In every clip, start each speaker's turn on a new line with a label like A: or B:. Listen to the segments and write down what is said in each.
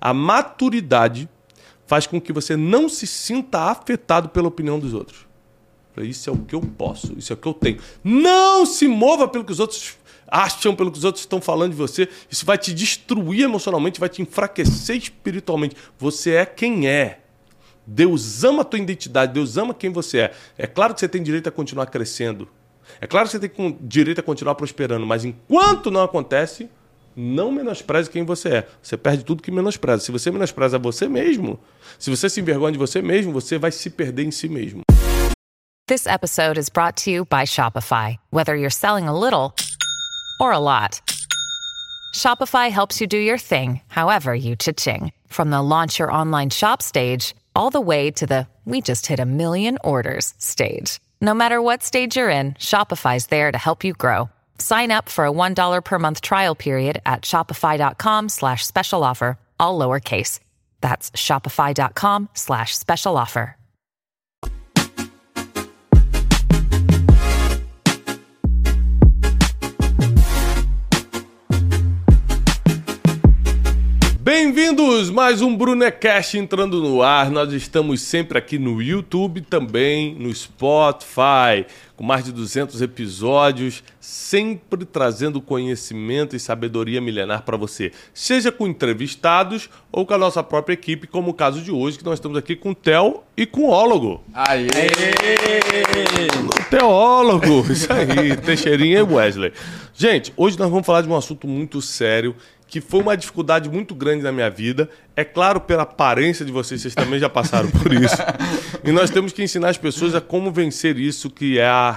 A: A maturidade faz com que você não se sinta afetado pela opinião dos outros. Isso é o que eu posso, isso é o que eu tenho. Não se mova pelo que os outros acham, pelo que os outros estão falando de você. Isso vai te destruir emocionalmente, vai te enfraquecer espiritualmente. Você é quem é. Deus ama a tua identidade, Deus ama quem você é. É claro que você tem direito a continuar crescendo. É claro que você tem direito a continuar prosperando, mas enquanto não acontece, não menospreze quem você é. Você perde tudo que menospreza. Se você menospreza você mesmo, se você se envergonha de você mesmo, você vai se perder em si mesmo.
B: This episode is brought to you by Shopify. Whether you're selling a little or a lot, Shopify helps you do your thing, however you cha-ching. From the launch your online shop stage, all the way to the we just hit 1 million orders stage. No matter what stage you're in, Shopify's there to help you grow. Sign up for a $1 per month trial period at shopify.com/special offer, all lowercase. That's shopify.com/special offer.
A: Bem-vindos! Mais um Brunecast entrando no ar. Nós estamos sempre aqui no YouTube, também no Spotify, com mais de 200 episódios, sempre trazendo conhecimento e sabedoria milenar para você, seja com entrevistados ou com a nossa própria equipe, como o caso de hoje, que nós estamos aqui com o Theo e com o Ólogo.
C: Aê!
A: O teólogo, isso aí, Teixeirinha e Wesley. Gente, hoje nós vamos falar de um assunto muito sério, que foi uma dificuldade muito grande na minha vida. É claro, pela aparência de vocês também já passaram por isso. E nós temos que ensinar as pessoas a como vencer isso, que é a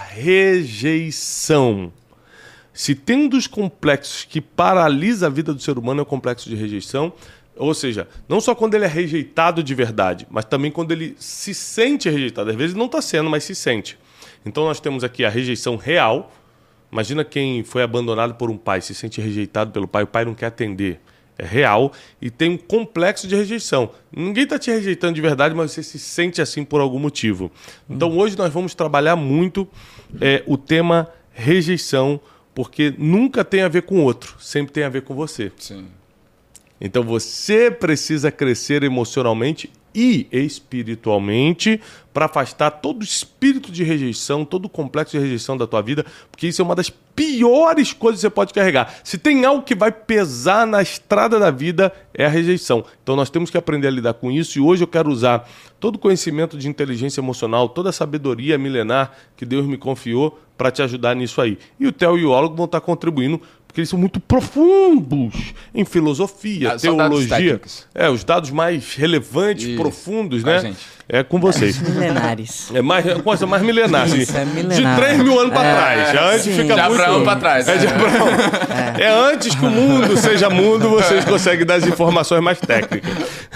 A: rejeição. Se tem um dos complexos que paralisa a vida do ser humano é o complexo de rejeição, ou seja, não só quando ele é rejeitado de verdade, mas também quando ele se sente rejeitado. Às vezes não está sendo, mas se sente. Então nós temos aqui a rejeição real. Imagina quem foi abandonado por um pai, se sente rejeitado pelo pai, o pai não quer atender. É real e tem um complexo de rejeição. Ninguém está te rejeitando de verdade, mas você se sente assim por algum motivo. Então hoje nós vamos trabalhar muito o tema rejeição, porque nunca tem a ver com o outro, sempre tem a ver com você.
C: Sim.
A: Então você precisa crescer emocionalmente e espiritualmente para afastar todo o espírito de rejeição, todo o complexo de rejeição da tua vida, porque isso é uma das piores coisas que você pode carregar. Se tem algo que vai pesar na estrada da vida, é a rejeição. Então nós temos que aprender a lidar com isso, e hoje eu quero usar todo o conhecimento de inteligência emocional, toda a sabedoria milenar que Deus me confiou para te ajudar nisso aí. E o Theo e o Ólogo vão estar contribuindo, porque eles são muito profundos em filosofia, teologia. Os dados mais relevantes, isso, profundos, né?
C: Gente.
A: É com vocês.
D: Milenares.
A: É coisa mais milenar.
D: Isso,
A: assim.
D: é milenar.
A: De 3 mil anos para trás. Antes
D: sim.
A: fica
C: De
A: muito...
C: Abraão para trás.
A: De Abraão. É antes que o mundo seja mundo, vocês conseguem dar as informações mais técnicas.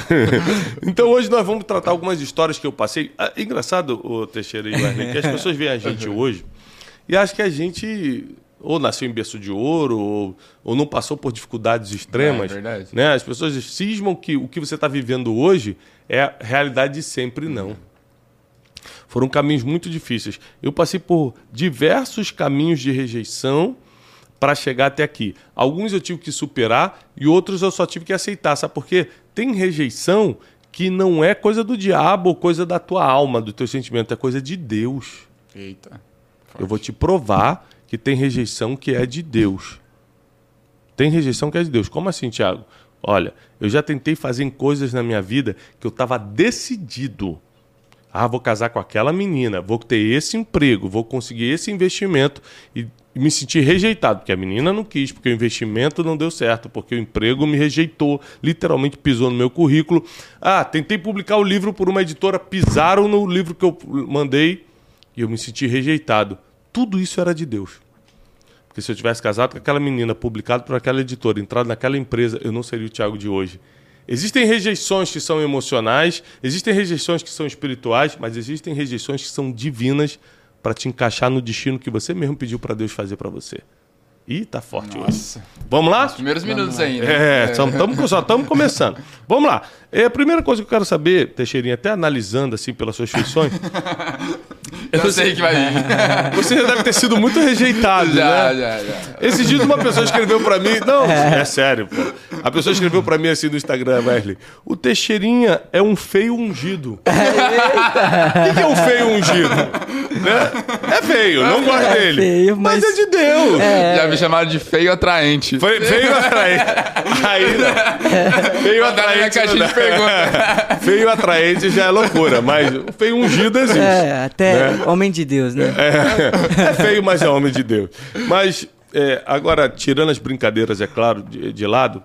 A: Então hoje nós vamos tratar algumas histórias que eu passei. Engraçado, o Teixeira e Wesley, que as pessoas veem a gente hoje e acham que a gente... ou nasceu em berço de ouro, ou não passou por dificuldades extremas.
C: É verdade.
A: Né? As pessoas cismam que o que você está vivendo hoje é a realidade de sempre, não. Foram caminhos muito difíceis. Eu passei por diversos caminhos de rejeição para chegar até aqui. Alguns eu tive que superar e outros eu só tive que aceitar. Sabe por quê? Tem rejeição que não é coisa do diabo ou coisa da tua alma, do teu sentimento, é coisa de Deus.
C: Eita. Forte.
A: Eu vou te provar que tem rejeição que é de Deus. Tem rejeição que é de Deus. Como assim, Thiago? Olha, eu já tentei fazer coisas na minha vida que eu estava decidido. Vou casar com aquela menina, vou ter esse emprego, vou conseguir esse investimento e me senti rejeitado, porque a menina não quis, porque o investimento não deu certo, porque o emprego me rejeitou, literalmente pisou no meu currículo. Tentei publicar o livro por uma editora, pisaram no livro que eu mandei e eu me senti rejeitado. Tudo isso era de Deus. Porque se eu tivesse casado com aquela menina, publicado por aquela editora, entrado naquela empresa, eu não seria o Thiago de hoje. Existem rejeições que são emocionais, existem rejeições que são espirituais, mas existem rejeições que são divinas para te encaixar no destino que você mesmo pediu para Deus fazer para você. Ih, tá forte hoje. Vamos lá?
C: Os primeiros minutos ainda.
A: Só estamos começando. Vamos lá. A primeira coisa que eu quero saber, Teixeirinha, até analisando assim pelas suas feições...
C: Eu sei que vai vir.
A: Você já deve ter sido muito rejeitado,
C: Já.
A: Esses dias uma pessoa escreveu pra mim... Não, é sério, pô. A pessoa escreveu pra mim assim no Instagram, Wesley. O Teixeirinha é um feio ungido. O que é um feio ungido? Né? É feio, não gosto dele.
D: Feio,
A: mas é de Deus.
C: Já me chamaram de feio atraente.
A: Feio atraente. Feio atraente. Feio atraente já é loucura, mas o feio ungido existe.
D: Até homem de Deus, né?
A: É feio, mas é homem de Deus. Mas, agora, tirando as brincadeiras, é claro, de lado,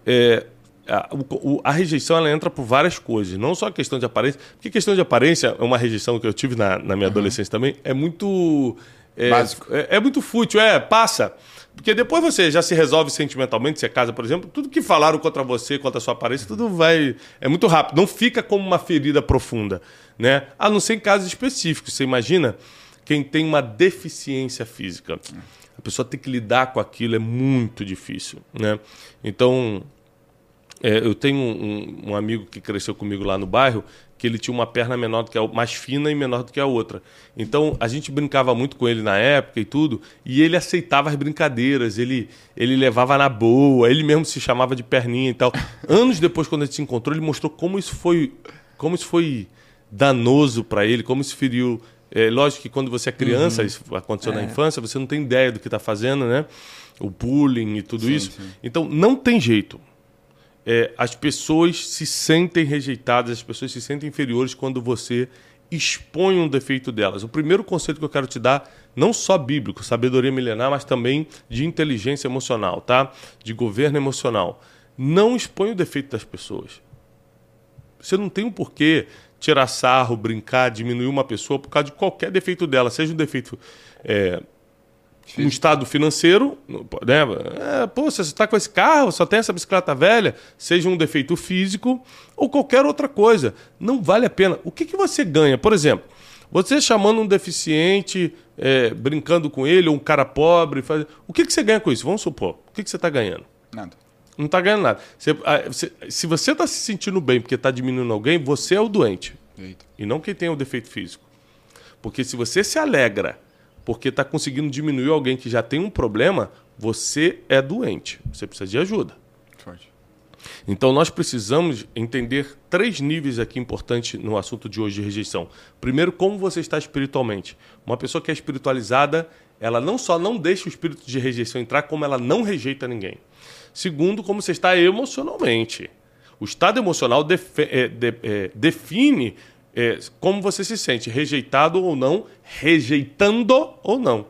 A: a rejeição ela entra por várias coisas, não só a questão de aparência, porque questão de aparência é uma rejeição que eu tive na minha adolescência também, é muito...
C: Básico.
A: É muito fútil, passa. Porque depois você já se resolve sentimentalmente, você casa, por exemplo, tudo que falaram contra você, contra a sua aparência, tudo vai... É muito rápido, não fica como uma ferida profunda, né? A não ser em casos específicos. Você imagina quem tem uma deficiência física. A pessoa tem que lidar com aquilo, é muito difícil, né? Então, eu tenho um amigo que cresceu comigo lá no bairro, que ele tinha uma perna menor do que mais fina e menor do que a outra. Então, a gente brincava muito com ele na época e tudo, e ele aceitava as brincadeiras, ele levava na boa, ele mesmo se chamava de perninha e tal. Anos depois, quando a gente se encontrou, ele mostrou como isso foi danoso para ele, como isso feriu... lógico que quando você é criança, isso aconteceu na infância, você não tem ideia do que está fazendo, né? O bullying e tudo isso. Sim. Então, não tem jeito. As pessoas se sentem rejeitadas, as pessoas se sentem inferiores quando você expõe um defeito delas. O primeiro conceito que eu quero te dar, não só bíblico, sabedoria milenar, mas também de inteligência emocional, tá? De governo emocional. Não expõe o defeito das pessoas. Você não tem um porquê tirar sarro, brincar, diminuir uma pessoa por causa de qualquer defeito dela, seja um defeito... um estado financeiro, né? Você está com esse carro, só tem essa bicicleta velha, seja um defeito físico ou qualquer outra coisa. Não vale a pena. O que você ganha? Por exemplo, você chamando um deficiente, brincando com ele, ou um cara pobre, o que você ganha com isso? Vamos supor. O que você está ganhando?
C: Nada.
A: Não está ganhando nada. Se você está se sentindo bem porque está diminuindo alguém, você é o doente.
C: Eita.
A: E não quem tem o defeito físico. Porque se você se alegra porque está conseguindo diminuir alguém que já tem um problema, você é doente. Você precisa de ajuda.
C: Forte.
A: Então, nós precisamos entender 3 níveis aqui importantes no assunto de hoje de rejeição. Primeiro, como você está espiritualmente. Uma pessoa que é espiritualizada, ela não só não deixa o espírito de rejeição entrar, como ela não rejeita ninguém. Segundo, como você está emocionalmente. O estado emocional define... como você se sente, rejeitado ou não, rejeitando ou não.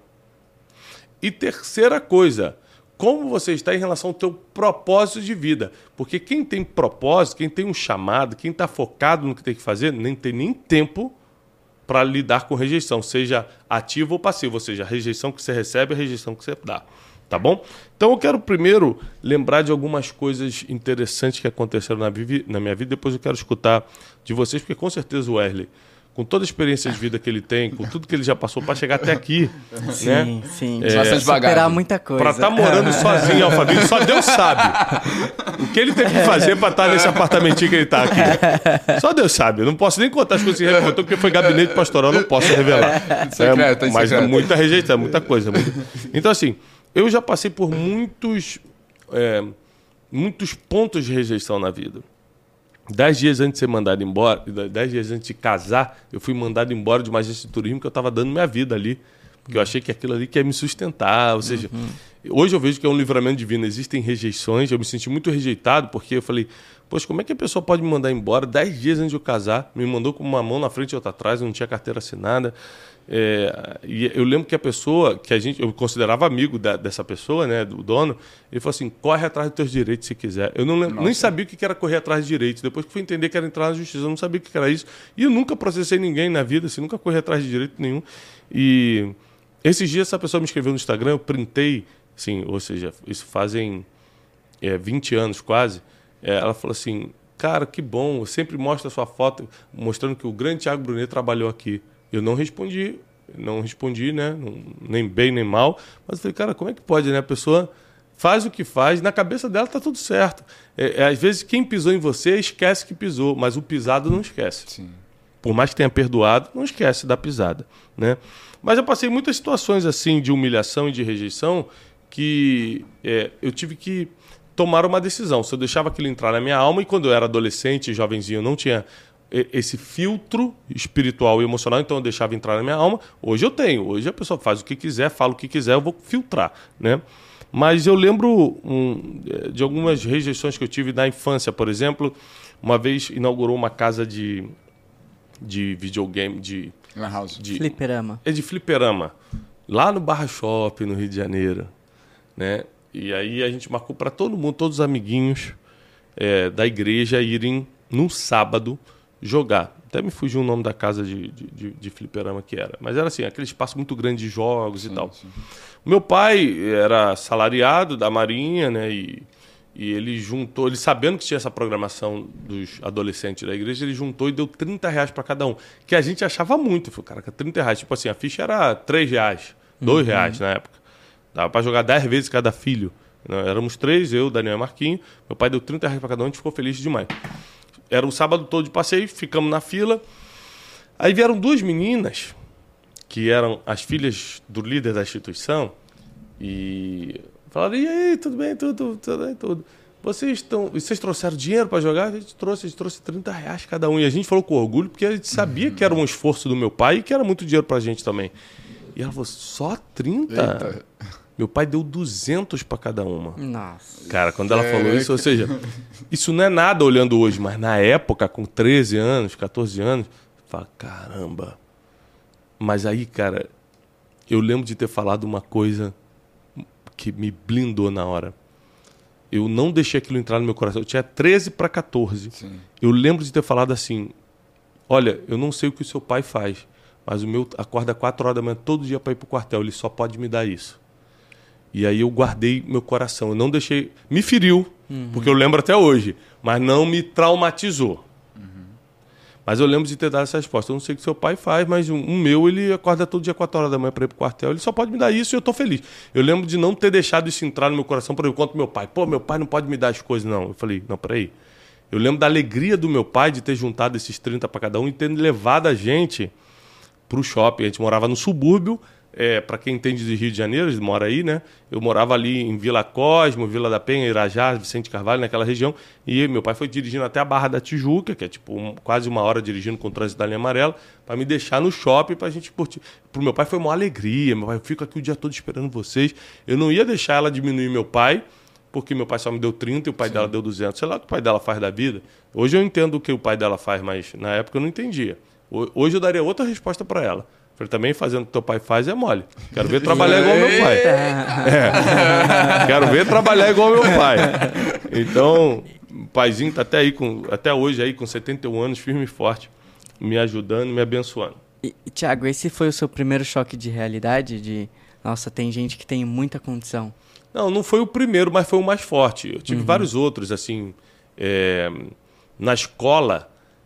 A: E terceira coisa, como você está em relação ao teu propósito de vida. Porque quem tem propósito, quem tem um chamado, quem está focado no que tem que fazer, nem tem nem tempo para lidar com rejeição, seja ativo ou passivo, ou seja, a rejeição que você recebe e a rejeição que você dá. Tá bom? Então eu quero primeiro lembrar de algumas coisas interessantes que aconteceram na minha vida, depois eu quero escutar de vocês, porque com certeza o Wesley, com toda a experiência de vida que ele tem, com tudo que ele já passou para chegar até aqui,
D: sim,
A: né?
D: Sim,
C: bastante bagagem.
D: Superar muita coisa.
A: Para estar morando sozinho em Alphaville, só Deus sabe o que ele teve que fazer para estar nesse apartamentinho que ele está aqui. Só Deus sabe. Eu não posso nem contar as coisas que ele reportou, porque foi gabinete pastoral, não posso revelar. Mas é muita rejeição, muita coisa. Então, assim, eu já passei por muitos pontos de rejeição na vida. 10 dias antes de ser mandado embora, 10 dias antes de casar, eu fui mandado embora de uma agência de turismo que eu estava dando minha vida ali. Porque eu achei que aquilo ali ia me sustentar. Ou seja, hoje eu vejo que é um livramento divino. Existem rejeições, eu me senti muito rejeitado, porque eu falei, poxa, como é que a pessoa pode me mandar embora 10 dias antes de eu casar? Me mandou com uma mão na frente e outra atrás, eu não tinha carteira assinada. E eu lembro que a pessoa, eu considerava amigo dessa pessoa, né, do dono, ele falou assim, corre atrás dos teus direitos se quiser. Eu nem sabia o que era correr atrás de direitos. Depois que fui entender que era entrar na justiça, eu não sabia o que era isso. E eu nunca processei ninguém na vida, assim, nunca corri atrás de direito nenhum. E esses dias essa pessoa me escreveu no Instagram, eu printei, assim, ou seja, isso fazem 20 anos quase. Ela falou assim, cara, que bom, sempre mostra a sua foto mostrando que o grande Thiago Brunet trabalhou aqui. Eu não respondi não respondi, né? Nem bem, nem mal. Mas eu falei, cara, como é que pode, né? A pessoa faz o que faz, na cabeça dela tá tudo certo. Às vezes quem pisou em você esquece que pisou, mas o pisado não esquece.
C: Sim.
A: Por mais que tenha perdoado, não esquece da pisada, né? Mas eu passei muitas situações assim de humilhação e de rejeição que eu tive que tomar uma decisão. Se eu deixava aquilo entrar na minha alma, e quando eu era adolescente, jovenzinho, eu não tinha esse filtro espiritual e emocional, então eu deixava entrar na minha alma. Hoje eu tenho. Hoje a pessoa faz o que quiser, fala o que quiser, eu vou filtrar, né? Mas eu lembro de algumas rejeições que eu tive na infância. Por exemplo, uma vez inaugurou uma casa de videogame, de
D: fliperama.
A: De fliperama. Lá no Barra Shopping, no Rio de Janeiro, né? E aí a gente marcou para todo mundo, todos os amiguinhos da igreja irem num sábado jogar. Até me fugiu o nome da casa de fliperama que era. Mas era assim, aquele espaço muito grande de jogos e tal. Sim. Meu pai era salariado da Marinha, né? E ele juntou, ele sabendo que tinha essa programação dos adolescentes da igreja, ele juntou e deu R$30 para cada um. Que a gente achava muito. Eu falei, caraca, R$30. Tipo assim, a ficha era R$3, R$2 na época. Dava para jogar 10 vezes cada filho. Éramos 3, eu, Daniel e Marquinho. Meu pai deu R$30 para cada um, a gente ficou feliz demais. Era um sábado todo de passeio, ficamos na fila. Aí vieram 2 meninas, que eram as filhas do líder da instituição, e falaram, e aí, tudo bem, tudo bem, tudo. Vocês trouxeram dinheiro para jogar? A gente trouxe R$30 cada um. E a gente falou com orgulho, porque a gente sabia que era um esforço do meu pai e que era muito dinheiro para a gente também. E ela falou, só 30? Eita. Meu pai deu 200 para cada uma.
D: Nossa.
A: Cara, quando ela falou isso, ou seja, isso não é nada olhando hoje, mas na época, com 13 anos, 14 anos, fala, caramba. Mas aí, cara, eu lembro de ter falado uma coisa que me blindou na hora. Eu não deixei aquilo entrar no meu coração. Eu tinha 13 para 14. Sim. Eu lembro de ter falado assim, olha, eu não sei o que o seu pai faz, mas o meu acorda 4 horas da manhã todo dia para ir pro quartel. Ele só pode me dar isso. E aí eu guardei meu coração. Eu não deixei... Me feriu, porque eu lembro até hoje. Mas não me traumatizou. Mas eu lembro de ter dado essa resposta. Eu não sei o que seu pai faz, mas o meu, ele acorda todo dia 4 horas da manhã para ir pro quartel. Ele só pode me dar isso e eu tô feliz. Eu lembro de não ter deixado isso entrar no meu coração, por exemplo, quanto meu pai. Pô, meu pai não pode me dar as coisas, não. Eu falei, não, peraí. Eu lembro da alegria do meu pai de ter juntado esses 30 para cada um e ter levado a gente pro shopping. A gente morava no subúrbio. Para quem entende de Rio de Janeiro, mora aí, né? Eu morava ali em Vila Cosmo, Vila da Penha, Irajá, Vicente Carvalho, naquela região. E meu pai foi dirigindo até a Barra da Tijuca, que é tipo quase 1 hora dirigindo com o trânsito da linha amarela, para me deixar no shopping pra gente curtir. Pro meu pai foi uma alegria. Meu pai, eu fico aqui o dia todo esperando vocês. Eu não ia deixar ela diminuir meu pai, porque meu pai só me deu 30 e o pai dela deu 200. Sei lá o que o pai dela faz da vida. Hoje eu entendo o que o pai dela faz, mas na época eu não entendia. Hoje eu daria outra resposta para ela. Falei, também fazendo o que teu pai faz é mole. Quero ver trabalhar igual meu pai. Quero ver trabalhar igual meu pai. Então, o paizinho está até hoje aí com 71 anos, firme e forte, me ajudando e me abençoando.
D: E, Thiago, esse foi o seu primeiro choque de realidade? Nossa, tem gente que tem muita condição.
A: Não foi o primeiro, mas foi o mais forte. Eu tive vários outros, assim, na escola...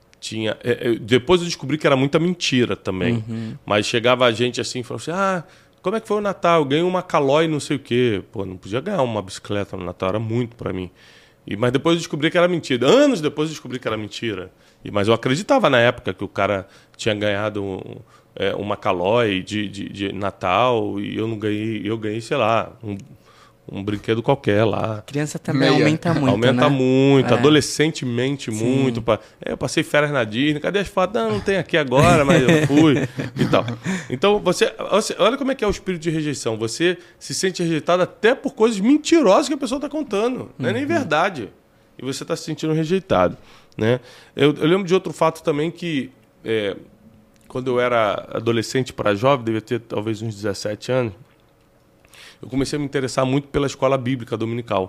A: depois eu descobri que era muita mentira também. Mas chegava a gente assim e falava assim, como é que foi o Natal? Eu ganhei uma Caloi não sei o quê. Pô, não podia ganhar uma bicicleta no Natal, era muito para mim. Mas depois eu descobri que era mentira. Anos depois eu descobri que era mentira. Mas eu acreditava na época que o cara tinha ganhado uma Caloi de Natal e eu não ganhei. Eu ganhei, sei lá, um brinquedo qualquer lá.
D: Criança também aumenta muito,
A: Aumenta
D: né?
A: muito, adolescente mente muito. Eu passei férias na Disney, cadê as fotos? Não tem aqui agora, mas eu fui e tal. Então, você olha como é que é o espírito de rejeição. Você se sente rejeitado até por coisas mentirosas que a pessoa está contando. Não é nem verdade. E você está se sentindo rejeitado, né? Eu lembro de outro fato também que... quando eu era adolescente para jovem, devia ter talvez uns 17 anos, eu comecei a me interessar muito pela escola bíblica dominical.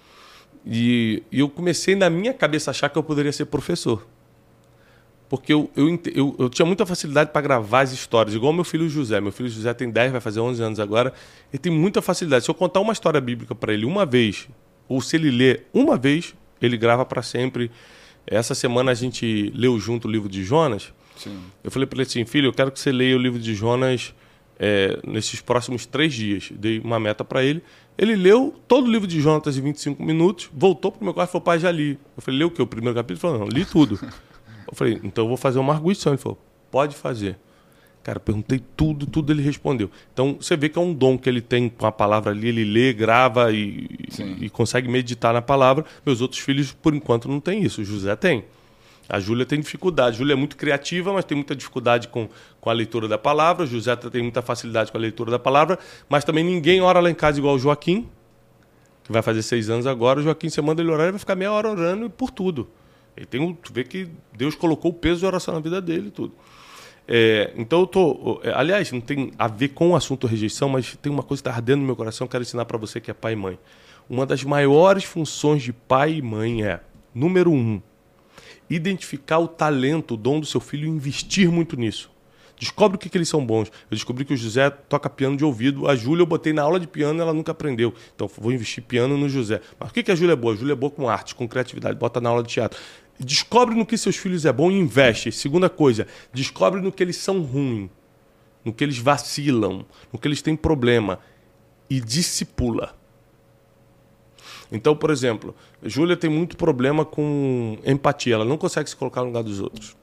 A: E eu comecei, na minha cabeça, a achar que eu poderia ser professor. Porque eu tinha muita facilidade para gravar as histórias, igual meu filho José. Meu filho José tem 10, vai fazer 11 anos agora. Ele tem muita facilidade. Se eu contar uma história bíblica para ele uma vez, ou se ele ler uma vez, ele grava para sempre. Essa semana a gente leu junto o livro de Jonas.
C: Sim.
A: Eu falei para ele assim, filho, eu quero que você leia o livro de Jonas nesses próximos 3 dias. Dei uma meta para ele. Ele leu todo o livro de Jonas em 25 minutos, voltou pro meu quarto e falou, pai, já li. Eu falei, leu o quê? O primeiro capítulo? Ele falou, não, li tudo. Eu falei, então eu vou fazer uma arguição. Ele falou, pode fazer. Cara, eu perguntei tudo ele respondeu. Então, você vê que é um dom que ele tem com a palavra ali, ele lê, grava e consegue meditar na palavra. Meus outros filhos, por enquanto, não têm isso. O José tem. A Júlia tem dificuldade. A Júlia é muito criativa, mas tem muita dificuldade com a leitura da palavra. O José tem muita facilidade com a leitura da palavra, mas também ninguém ora lá em casa igual o Joaquim, que vai fazer 6 anos agora. O Joaquim, você manda ele orar, ele vai ficar meia hora orando por tudo. Ele tem tu vê que Deus colocou o peso de oração na vida dele e tudo. Então eu tô... aliás, não tem a ver com o assunto rejeição, mas tem uma coisa que está ardendo no meu coração, eu quero ensinar para você que é pai e mãe. Uma das maiores funções de pai e mãe é, número 1, identificar o talento, o dom do seu filho e investir muito nisso. Descobre o que eles são bons. Eu descobri que o José toca piano de ouvido. A Júlia eu botei na aula de piano e ela nunca aprendeu. Então vou investir piano no José. Mas o que a Júlia é boa? A Júlia é boa com arte, com criatividade. Bota na aula de teatro. Descobre no que seus filhos é bom e investe. Segunda coisa, descobre no que eles são ruins, no que eles vacilam, no que eles têm problema e discipula. Então, por exemplo, a Júlia tem muito problema com empatia. Ela não consegue se colocar no lugar dos outros.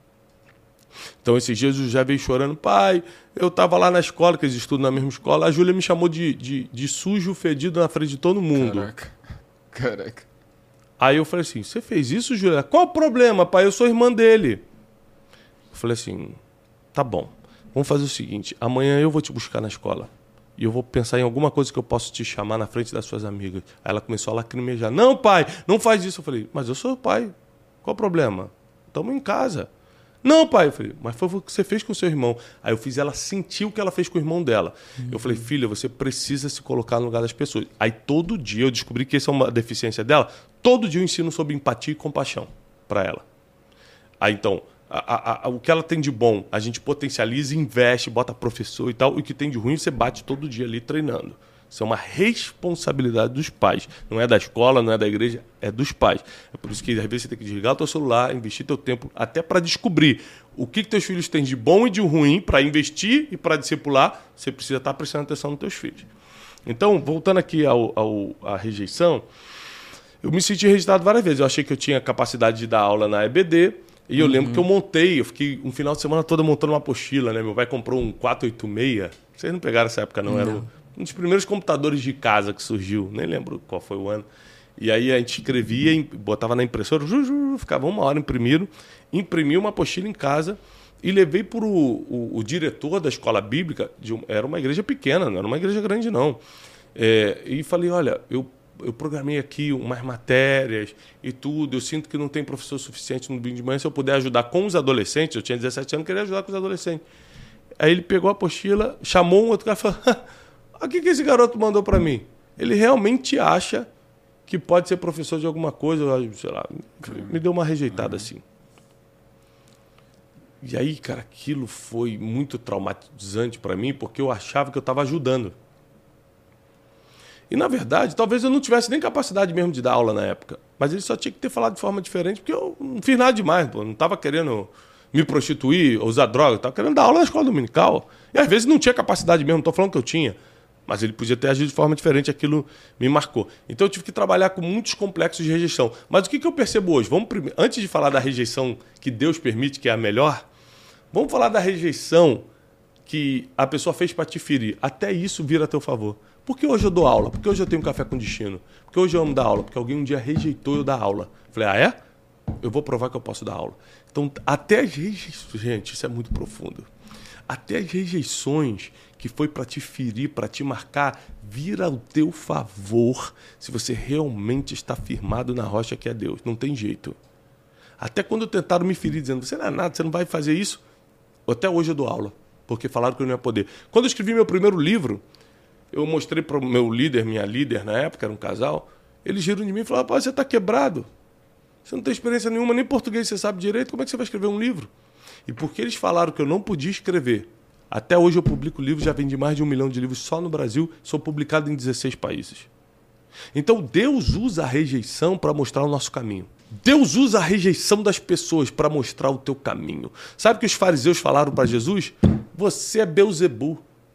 A: Então, esses dias o José veio chorando. Pai, eu estava lá na escola, que eles estudam na mesma escola. A Júlia me chamou de sujo, fedido na frente de todo mundo.
C: Caraca.
A: Aí eu falei assim, você fez isso, Júlia? Qual o problema, pai? Eu sou irmã dele. Eu falei assim, tá bom. Vamos fazer o seguinte, amanhã eu vou te buscar na escola. E eu vou pensar em alguma coisa que eu posso te chamar na frente das suas amigas. Aí ela começou a lacrimejar. Não, pai, não faz isso. Eu falei, mas eu sou o pai. Qual o problema? Estamos em casa. Não, pai. Eu falei, mas foi o que você fez com o seu irmão. Aí eu fiz ela sentir o que ela fez com o irmão dela. Eu falei, filha, você precisa se colocar no lugar das pessoas. Aí todo dia eu descobri que essa é uma deficiência dela. Todo dia eu ensino sobre empatia e compaixão para ela. Aí então, o que ela tem de bom, a gente potencializa, investe, bota professor e tal. E o que tem de ruim, você bate todo dia ali treinando. Isso é uma responsabilidade dos pais. Não é da escola, não é da igreja, é dos pais. É por isso que às vezes você tem que desligar o teu celular, investir teu tempo, até para descobrir o que teus filhos têm de bom e de ruim, para investir e para discipular, você precisa estar prestando atenção nos teus filhos. Então, voltando aqui à rejeição, eu me senti rejeitado várias vezes. Eu achei que eu tinha capacidade de dar aula na EBD, e eu lembro que eu fiquei um final de semana todo montando uma apostila, né? Meu pai comprou um 486. Vocês não pegaram essa época, não? Era um dos primeiros computadores de casa que surgiu, nem lembro qual foi o ano. E aí a gente escrevia, botava na impressora, ficava 1 hora imprimi uma apostila em casa e levei para o diretor da escola bíblica, era uma igreja pequena, não era uma igreja grande não. E falei, olha, eu programei aqui umas matérias e tudo, eu sinto que não tem professor suficiente no domingo de manhã, se eu puder ajudar com os adolescentes, eu tinha 17 anos, queria ajudar com os adolescentes. Aí ele pegou a apostila, chamou um outro cara e falou, o que esse garoto mandou para mim? Ele realmente acha que pode ser professor de alguma coisa, sei lá, me deu uma rejeitada assim. E aí, cara, aquilo foi muito traumatizante para mim, porque eu achava que eu estava ajudando. E, na verdade, talvez eu não tivesse nem capacidade mesmo de dar aula na época. Mas ele só tinha que ter falado de forma diferente, porque eu não fiz nada demais, pô. Não estava querendo me prostituir, usar droga, estava querendo dar aula na escola dominical. E, às vezes, não tinha capacidade mesmo, não estou falando que eu tinha. Mas ele podia ter agido de forma diferente, aquilo me marcou. Então, eu tive que trabalhar com muitos complexos de rejeição. Mas o que eu percebo hoje? Antes de falar da rejeição que Deus permite, que é a melhor, vamos falar da rejeição que a pessoa fez para te ferir. Até isso vira a teu favor. Por que hoje eu dou aula? Por que hoje eu tenho café com destino? Por que hoje eu amo dar aula? Porque alguém um dia rejeitou eu dar aula. Falei, eu vou provar que eu posso dar aula. Então, até as rejeições... Gente, isso é muito profundo. Até as rejeições que foi para te ferir, para te marcar, vira ao teu favor se você realmente está firmado na rocha que é Deus. Não tem jeito. Até quando tentaram me ferir, dizendo, você não é nada, você não vai fazer isso. Até hoje eu dou aula, porque falaram que eu não ia poder. Quando eu escrevi meu primeiro livro, eu mostrei para o meu líder, minha líder na época, era um casal, eles riram de mim e falaram, pô, você está quebrado. Você não tem experiência nenhuma, nem português você sabe direito, como é que você vai escrever um livro? E porque eles falaram que eu não podia escrever, até hoje eu publico livros, já vendi mais de 1 milhão de livros só no Brasil, sou publicado em 16 países. Então Deus usa a rejeição para mostrar o nosso caminho. Deus usa a rejeição das pessoas para mostrar o teu caminho. Sabe o que os fariseus falaram para Jesus? Você é Beelzebu.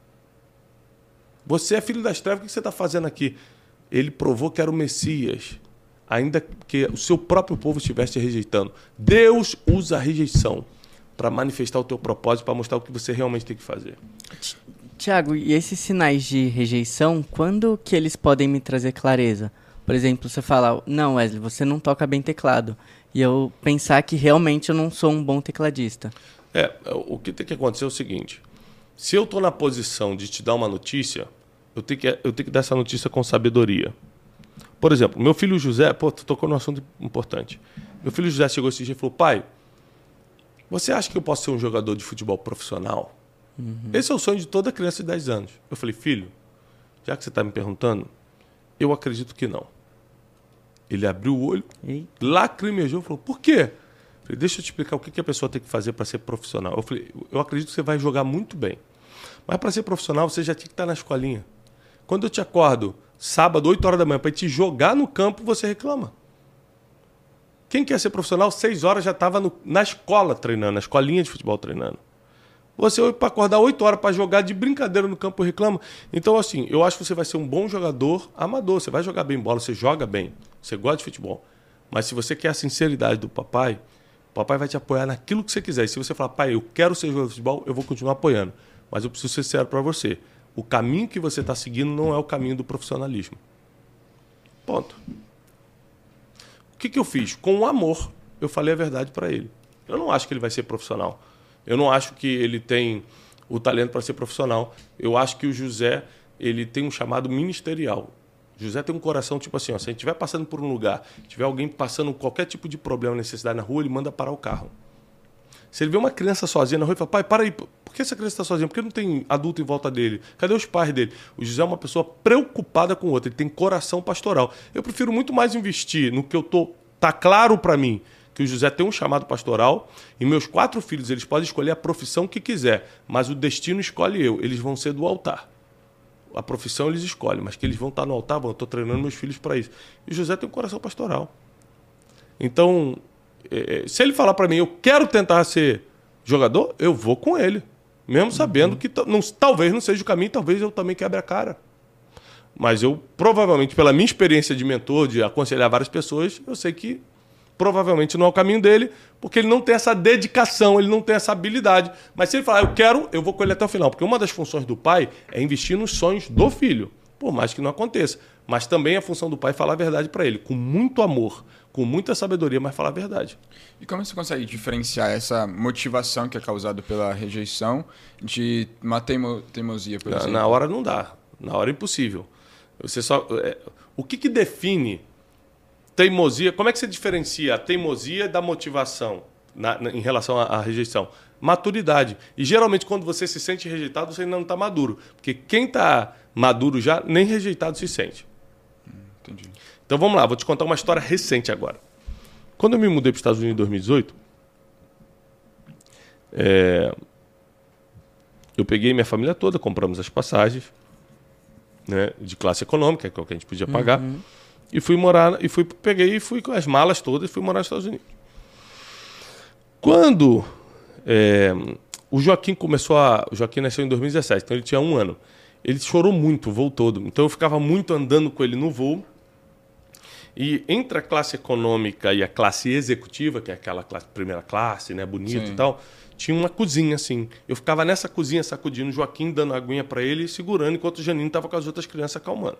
A: Você é filho das trevas, o que você está fazendo aqui? Ele provou que era o Messias, ainda que o seu próprio povo estivesse te rejeitando. Deus usa a rejeição para manifestar o teu propósito, para mostrar o que você realmente tem que fazer.
D: Tiago, e esses sinais de rejeição, quando que eles podem me trazer clareza? Por exemplo, você fala, não, Wesley, você não toca bem teclado. E eu pensar que realmente eu não sou um bom tecladista.
A: O que tem que acontecer é o seguinte. Se eu estou na posição de te dar uma notícia, eu tenho que dar essa notícia com sabedoria. Por exemplo, meu filho José... Pô, tu tocou num assunto importante. Meu filho José chegou esse dia e falou, pai, você acha que eu posso ser um jogador de futebol profissional? Esse é o sonho de toda criança de 10 anos. Eu falei, filho, já que você está me perguntando, eu acredito que não. Ele abriu o olho, lacrimejou e falou, por quê? Eu falei, deixa eu te explicar o que a pessoa tem que fazer para ser profissional. Eu falei, eu acredito que você vai jogar muito bem. Mas para ser profissional, você já tinha que estar na escolinha. Quando eu te acordo, sábado, 8 horas da manhã, para te jogar no campo, você reclama. Quem quer ser profissional, 6 horas já estava na escola treinando, na escolinha de futebol treinando. Você para acordar 8 horas para jogar de brincadeira no campo reclama. Então, assim, eu acho que você vai ser um bom jogador amador. Você vai jogar bem bola, você joga bem, você gosta de futebol. Mas se você quer a sinceridade do papai, o papai vai te apoiar naquilo que você quiser. E se você falar, pai, eu quero ser jogador de futebol, eu vou continuar apoiando. Mas eu preciso ser sincero para você. O caminho que você está seguindo não é o caminho do profissionalismo. Ponto. O que eu fiz? Com o amor, eu falei a verdade para ele. Eu não acho que ele vai ser profissional. Eu não acho que ele tem o talento para ser profissional. Eu acho que o José ele tem um chamado ministerial. O José tem um coração tipo assim, ó, se a gente estiver passando por um lugar, tiver alguém passando qualquer tipo de problema, necessidade na rua, ele manda parar o carro. Se ele vê uma criança sozinha na rua, ele fala, pai, para aí, por que essa criança está sozinha? Por que não tem adulto em volta dele? Cadê os pais dele? O José é uma pessoa preocupada com o outro, ele tem coração pastoral. Eu prefiro muito mais investir no que tá claro para mim, que o José tem um chamado pastoral e meus 4 filhos, eles podem escolher a profissão que quiser, mas o destino escolhe eu. Eles vão ser do altar. A profissão eles escolhem, mas que eles vão estar no altar, eu estou treinando meus filhos para isso. E o José tem um coração pastoral. Então, se ele falar para mim, eu quero tentar ser jogador, eu vou com ele. Mesmo sabendo que talvez não seja o caminho, talvez eu também quebre a cara. Mas eu, provavelmente, pela minha experiência de mentor, de aconselhar várias pessoas, eu sei que provavelmente não é o caminho dele, porque ele não tem essa dedicação, ele não tem essa habilidade. Mas se ele falar, eu quero, eu vou com ele até o final. Porque uma das funções do pai é investir nos sonhos do filho, por mais que não aconteça. Mas também a função do pai é falar a verdade para ele, com muito amor, com muita sabedoria, mas falar a verdade.
C: E como você consegue diferenciar essa motivação que é causada pela rejeição de uma teimosia, por exemplo?
A: Na hora não dá, na hora é impossível. Você o que define teimosia? Como é que você diferencia a teimosia da motivação em relação à rejeição? Maturidade. E geralmente quando você se sente rejeitado, você ainda não está maduro. Porque quem está maduro já, nem rejeitado se sente.
C: Entendi.
A: Então vamos lá, vou te contar uma história recente agora. Quando eu me mudei para os Estados Unidos em 2018, eu peguei minha família toda, compramos as passagens, né, de classe econômica, que é o que a gente podia pagar, e fui morar, peguei e fui com as malas todas e fui morar nos Estados Unidos. Quando o Joaquim o Joaquim nasceu em 2017, então ele tinha 1 ano. Ele chorou muito o voo todo, então eu ficava muito andando com ele no voo. E entre a classe econômica e a classe executiva, que é aquela primeira classe, né, bonita e tal, tinha uma cozinha assim. Eu ficava nessa cozinha sacudindo o Joaquim, dando aguinha para ele e segurando, enquanto o Janine estava com as outras crianças acalmando.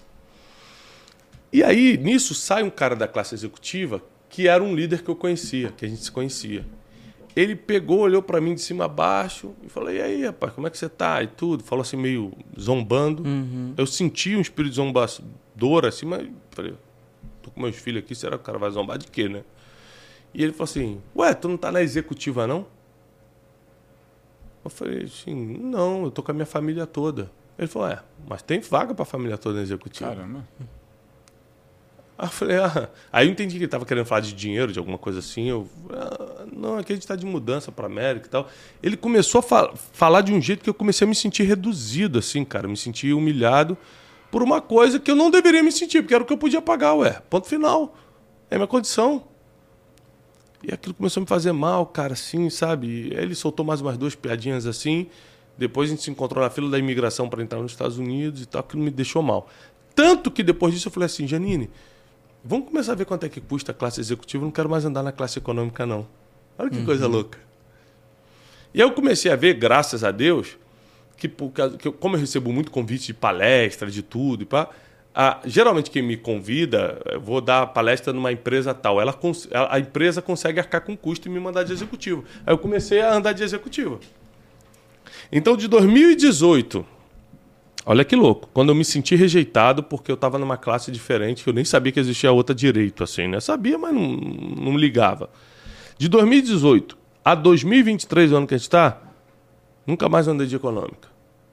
A: E aí, nisso, sai um cara da classe executiva que era um líder que eu conhecia, que a gente se conhecia. Ele pegou, olhou para mim de cima a baixo e falou, e aí, rapaz, como é que você tá? E tudo. Falou assim, meio zombando. Eu senti um espírito zombador assim, mas falei, tô com meus filhos aqui, será que o cara vai zombar de quê, né? E ele falou assim, ué, tu não tá na executiva, não? Eu falei assim, não, eu tô com a minha família toda. Ele falou, mas tem vaga pra família toda na executiva.
C: Caramba.
A: Aí eu falei, aí eu entendi que ele estava querendo falar de dinheiro, de alguma coisa assim. Não, aqui a gente está de mudança para a América e tal. Ele começou a falar de um jeito que eu comecei a me sentir reduzido, assim, cara. Me sentir humilhado por uma coisa que eu não deveria me sentir, porque era o que eu podia pagar, ponto final. É minha condição. E aquilo começou a me fazer mal, cara, assim, sabe? Aí ele soltou mais umas 2 piadinhas assim. Depois a gente se encontrou na fila da imigração para entrar nos Estados Unidos e tal. Aquilo me deixou mal. Tanto que depois disso eu falei assim, Janine, vamos começar a ver quanto é que custa a classe executiva. Eu não quero mais andar na classe econômica, não. Olha que coisa louca. E aí eu comecei a ver, graças a Deus, que como eu recebo muito convite de palestra, de tudo, e pá, geralmente quem me convida, eu vou dar palestra numa empresa tal. A empresa consegue arcar com custo e me mandar de executivo. Aí eu comecei a andar de executivo. Então, de 2018, olha que louco, quando eu me senti rejeitado porque eu estava numa classe diferente, que eu nem sabia que existia outra direito, assim, né? Sabia, mas não ligava. De 2018 a 2023, o ano que a gente está, nunca mais andei de econômica.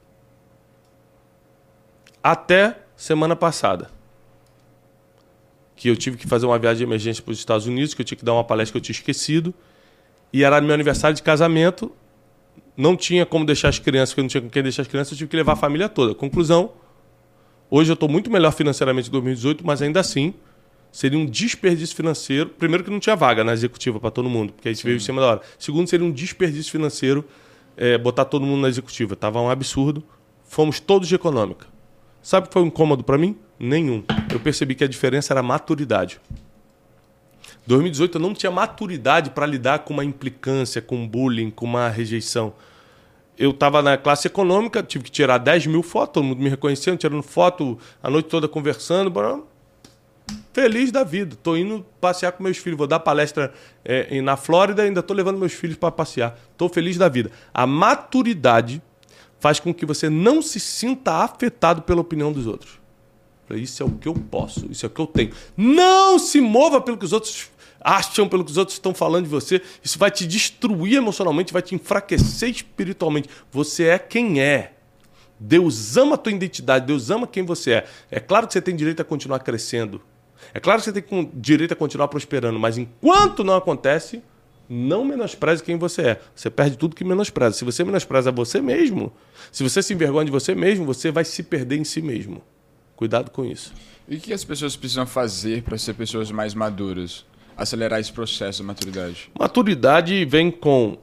A: Até semana passada, que eu tive que fazer uma viagem de emergência para os Estados Unidos, que eu tinha que dar uma palestra que eu tinha esquecido, e era meu aniversário de casamento, não tinha como deixar as crianças, porque eu não tinha com quem deixar as crianças, eu tive que levar a família toda. Conclusão, hoje eu estou muito melhor financeiramente que em 2018, mas ainda assim seria um desperdício financeiro. Primeiro que não tinha vaga na executiva para todo mundo, porque a gente veio em cima da hora. Segundo, seria um desperdício financeiro botar todo mundo na executiva. Tava um absurdo. Fomos todos de econômica. Sabe o que foi um incômodo para mim? Nenhum. Eu percebi que a diferença era a maturidade. 2018 eu não tinha maturidade para lidar com uma implicância, com bullying, com uma rejeição. Eu estava na classe econômica, tive que tirar 10 mil fotos, todo mundo me reconhecendo, tirando foto a noite toda conversando. Feliz da vida. Estou indo passear com meus filhos. Vou dar palestra na Flórida e ainda estou levando meus filhos para passear. Estou feliz da vida. A maturidade faz com que você não se sinta afetado pela opinião dos outros. Isso é o que eu posso, isso é o que eu tenho. Não se mova pelo que os outros acham, pelo que os outros estão falando de você. Isso vai te destruir emocionalmente, vai te enfraquecer espiritualmente. Você é quem é. Deus ama a tua identidade, Deus ama quem você é. É claro que você tem direito a continuar crescendo. É claro que você tem direito a continuar prosperando, mas enquanto não acontece, não menospreze quem você é. Você perde tudo que menospreza. Se você menospreza você mesmo, se você se envergonha de você mesmo, você vai se perder em si mesmo. Cuidado com isso.
C: E o que as pessoas precisam fazer para ser pessoas mais maduras? Acelerar esse processo de maturidade?
A: Maturidade vem com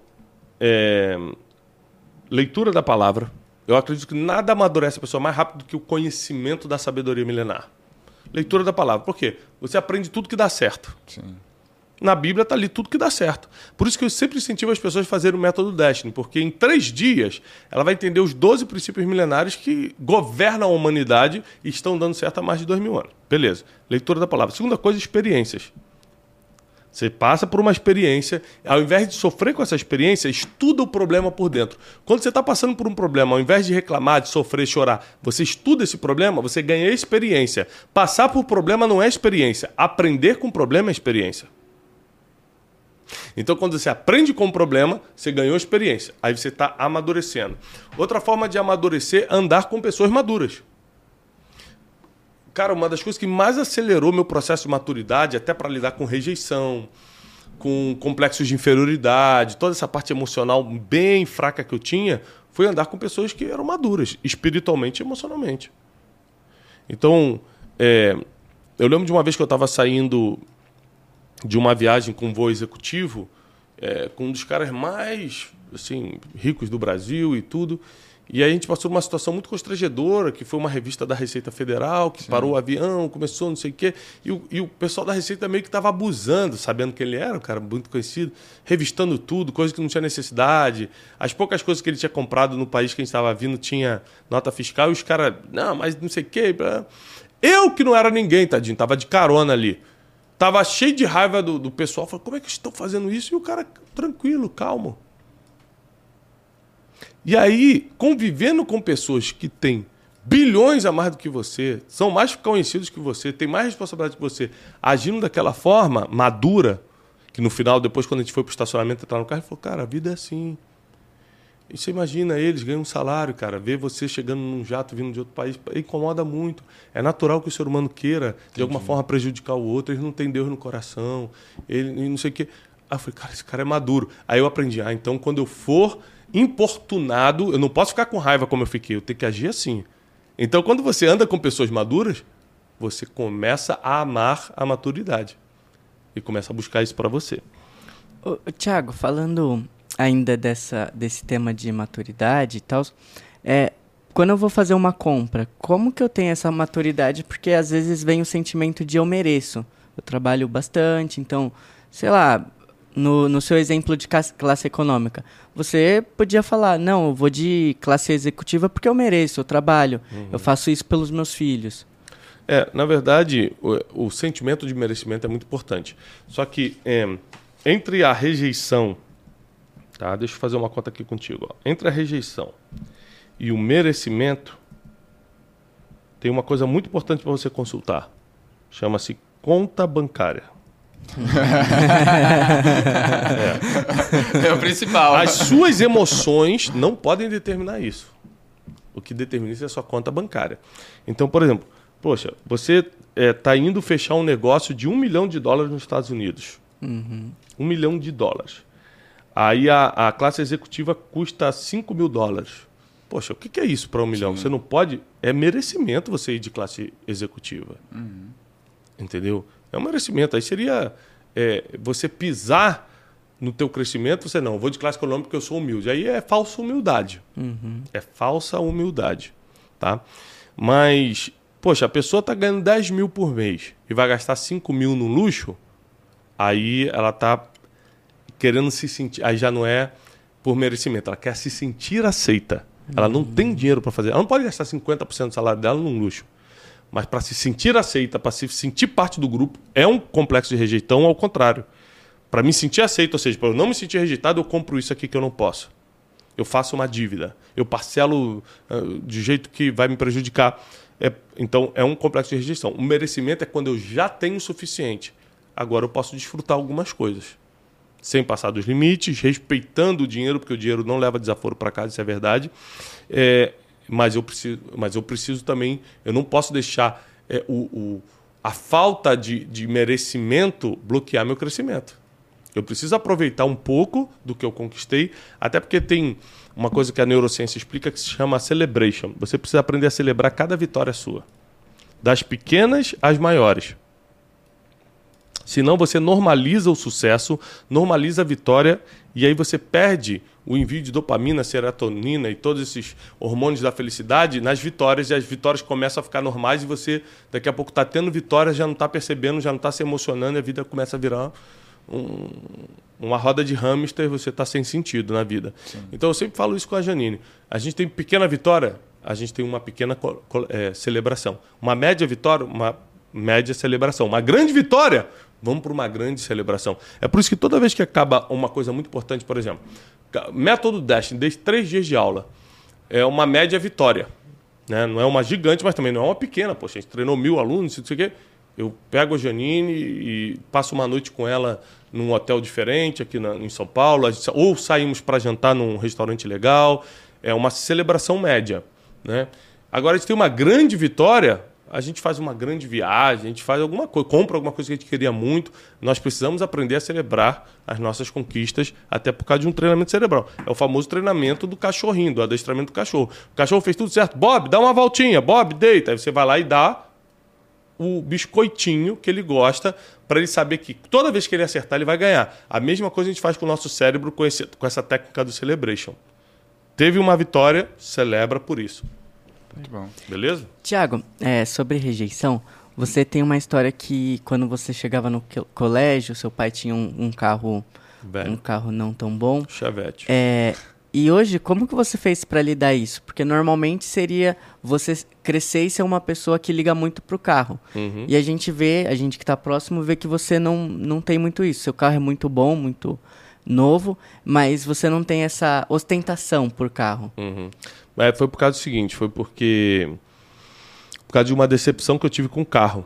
A: leitura da palavra. Eu acredito que nada amadurece a pessoa mais rápido do que o conhecimento da sabedoria milenar. Leitura da palavra. Por quê? Você aprende tudo que dá certo.
C: Sim.
A: Na Bíblia está ali tudo que dá certo. Por isso que eu sempre incentivo as pessoas a fazerem o método Destiny, porque em 3 dias ela vai entender os 12 princípios milenares que governam a humanidade e estão dando certo há mais de 2000 anos. Beleza. Leitura da palavra. Segunda coisa, experiências. Você passa por uma experiência, ao invés de sofrer com essa experiência, estuda o problema por dentro. Quando você está passando por um problema, ao invés de reclamar, de sofrer, chorar, você estuda esse problema, você ganha experiência. Passar por problema não é experiência. Aprender com o problema é experiência. Então, quando você aprende com o problema, você ganhou experiência. Aí você está amadurecendo. Outra forma de amadurecer é andar com pessoas maduras. Cara, uma das coisas que mais acelerou meu processo de maturidade, até para lidar com rejeição, com complexos de inferioridade, toda essa parte emocional bem fraca que eu tinha, foi andar com pessoas que eram maduras, espiritualmente e emocionalmente. Então, eu lembro de uma vez que eu estava saindo de uma viagem com um voo executivo, com um dos caras mais assim, ricos do Brasil e tudo. E aí a gente passou por uma situação muito constrangedora, que foi uma revista da Receita Federal, que parou o avião, começou não sei o quê. E o pessoal da Receita meio que estava abusando, sabendo que ele era um cara muito conhecido, revistando tudo, coisa que não tinha necessidade. As poucas coisas que ele tinha comprado no país que a gente estava vindo tinha nota fiscal, e os caras, não, mas não sei o quê. Eu que não era ninguém, tadinho, estava de carona ali. Tava cheio de raiva do pessoal. Falei, como é que estão fazendo isso? E o cara, tranquilo, calmo. E aí, convivendo com pessoas que têm bilhões a mais do que você, são mais conhecidos que você, têm mais responsabilidade que você, agindo daquela forma madura, que no final, depois, quando a gente foi pro estacionamento, entrar no carro, ele falou, cara, a vida é assim. E você imagina eles ganham um salário, cara, ver você chegando num jato vindo de outro país, incomoda muito. É natural que o ser humano queira, de alguma forma, prejudicar o outro. Eles não têm Deus no coração, ele não sei o quê. Aí eu falei, cara, esse cara é maduro. Aí eu aprendi, então quando eu for importunado, eu não posso ficar com raiva como eu fiquei, eu tenho que agir assim. Então, quando você anda com pessoas maduras, você começa a amar a maturidade. E começa a buscar isso para você.
D: Thiago, falando ainda desse tema de maturidade e tal, quando eu vou fazer uma compra, como que eu tenho essa maturidade? Porque às vezes vem o sentimento de eu mereço. Eu trabalho bastante, então, sei lá, no seu exemplo de classe econômica, você podia falar, não, eu vou de classe executiva porque eu mereço, eu trabalho, eu faço isso pelos meus filhos.
A: Na verdade, o sentimento de merecimento é muito importante. Só que entre a rejeição, tá? Deixa eu fazer uma conta aqui contigo. Ó. Entre a rejeição e o merecimento, tem uma coisa muito importante para você consultar. Chama-se conta bancária.
C: É o principal.
A: As suas emoções não podem determinar isso. O que determina isso é a sua conta bancária. Então, por exemplo, poxa, você está indo fechar um negócio de $1 milhão nos Estados Unidos. $1 milhão. Aí a classe executiva custa $5 mil. Poxa, o que é isso para $1 milhão? Sim. Você não pode... É merecimento você ir de classe executiva. Entendeu? É um merecimento. Aí seria você pisar no teu crescimento, você não, eu vou de classe econômica porque eu sou humilde. Aí é falsa humildade. É falsa humildade. Tá? Mas, poxa, a pessoa está ganhando 10 mil por mês e vai gastar 5 mil no luxo, aí ela está querendo se sentir... Aí já não é por merecimento, ela quer se sentir aceita. Ela não tem dinheiro para fazer. Ela não pode gastar 50% do salário dela num luxo. Mas para se sentir aceita, para se sentir parte do grupo, é um complexo de rejeição, ao contrário. Para me sentir aceito, ou seja, para eu não me sentir rejeitado, eu compro isso aqui que eu não posso. Eu faço uma dívida. Eu parcelo de jeito que vai me prejudicar. Então, é um complexo de rejeição. O merecimento é quando eu já tenho o suficiente. Agora eu posso desfrutar algumas coisas. Sem passar dos limites, respeitando o dinheiro, porque o dinheiro não leva desaforo para casa, isso é verdade. Mas eu preciso também... Eu não posso deixar a falta de merecimento bloquear meu crescimento. Eu preciso aproveitar um pouco do que eu conquistei, até porque tem uma coisa que a neurociência explica que se chama celebration. Você precisa aprender a celebrar cada vitória sua. Das pequenas às maiores. Senão você normaliza o sucesso, normaliza a vitória e aí você perde o envio de dopamina, serotonina e todos esses hormônios da felicidade nas vitórias, e as vitórias começam a ficar normais e você daqui a pouco está tendo vitórias, já não está percebendo, já não está se emocionando e a vida começa a virar uma roda de hamster e você está sem sentido na vida. Sim. Então eu sempre falo isso com a Janine. A gente tem pequena vitória, a gente tem uma pequena celebração. Uma média vitória, uma média celebração. Uma grande vitória, vamos para uma grande celebração. É por isso que toda vez que acaba uma coisa muito importante, por exemplo, método Dash, desde 3 dias de aula, é uma média vitória. Né? Não é uma gigante, mas também não é uma pequena. Poxa, a gente treinou 1000 alunos, não sei o quê. Eu pego a Janine e passo uma noite com ela num hotel diferente aqui em São Paulo, ou saímos para jantar num restaurante legal. É uma celebração média. Né? Agora, a gente tem uma grande vitória, a gente faz uma grande viagem, a gente faz alguma coisa, compra alguma coisa que a gente queria muito. Nós precisamos aprender a celebrar as nossas conquistas, até por causa de um treinamento cerebral. É o famoso treinamento do cachorrinho, do adestramento do cachorro. O cachorro fez tudo certo. Bob, dá uma voltinha. Bob, deita. Aí você vai lá e dá o biscoitinho que ele gosta, para ele saber que toda vez que ele acertar, ele vai ganhar. A mesma coisa a gente faz com o nosso cérebro com essa técnica do celebration. Teve uma vitória, celebra por isso.
C: Muito bom.
A: Beleza?
D: Thiago, sobre rejeição, você tem uma história que quando você chegava no colégio, seu pai tinha um carro velho. Um carro não tão bom.
A: Chevette.
D: E hoje, como que você fez para lidar isso? Porque normalmente seria você crescer e ser uma pessoa que liga muito pro carro. Uhum. E a gente que tá próximo, vê que você não tem muito isso. Seu carro é muito bom, muito novo, mas você não tem essa ostentação por carro.
A: Uhum. Foi por causa do seguinte, por causa de uma decepção que eu tive com o carro.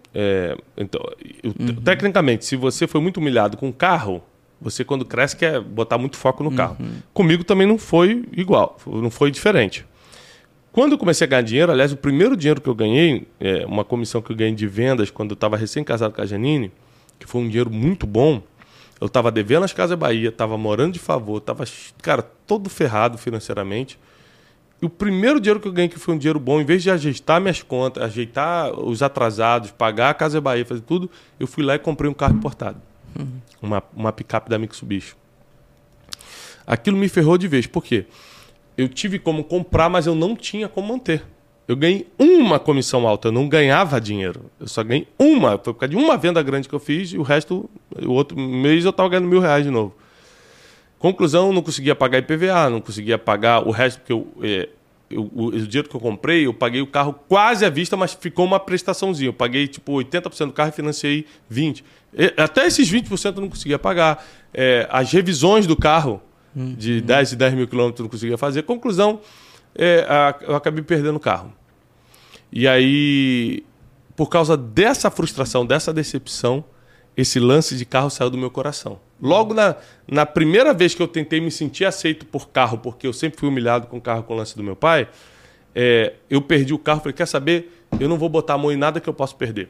A: Tecnicamente, se você foi muito humilhado com o carro, você quando cresce quer botar muito foco no carro. Comigo também não foi igual, não foi diferente. Quando eu comecei a ganhar dinheiro, aliás, o primeiro dinheiro que eu ganhei, uma comissão que eu ganhei de vendas quando eu estava recém-casado com a Janine, que foi um dinheiro muito bom. Eu estava devendo as Casas Bahia, estava morando de favor, estava, todo ferrado financeiramente. E o primeiro dinheiro que eu ganhei, que foi um dinheiro bom, em vez de ajeitar minhas contas, ajeitar os atrasados, pagar a Casa Bahia, fazer tudo, eu fui lá e comprei um carro importado. uma picape da Mitsubishi. Aquilo me ferrou de vez. Por quê? Eu tive como comprar, mas eu não tinha como manter. Eu ganhei uma comissão alta, eu não ganhava dinheiro. Eu só ganhei uma. Foi por causa de uma venda grande que eu fiz e o resto, o outro mês eu estava ganhando R$1.000 de novo. Conclusão, não conseguia pagar IPVA, não conseguia pagar o resto, porque o dinheiro que eu comprei, eu paguei o carro quase à vista, mas ficou uma prestaçãozinha. Eu paguei tipo 80% do carro e financiei 20%. Até esses 20% eu não conseguia pagar. As revisões do carro, de 10 e 10 mil quilômetros, eu não conseguia fazer. Conclusão, eu acabei perdendo o carro. E aí, por causa dessa frustração, dessa decepção, esse lance de carro saiu do meu coração. Logo na primeira vez que eu tentei me sentir aceito por carro, porque eu sempre fui humilhado com o carro com o lance do meu pai, eu perdi o carro. Falei, quer saber? Eu não vou botar a mão em nada que eu possa perder.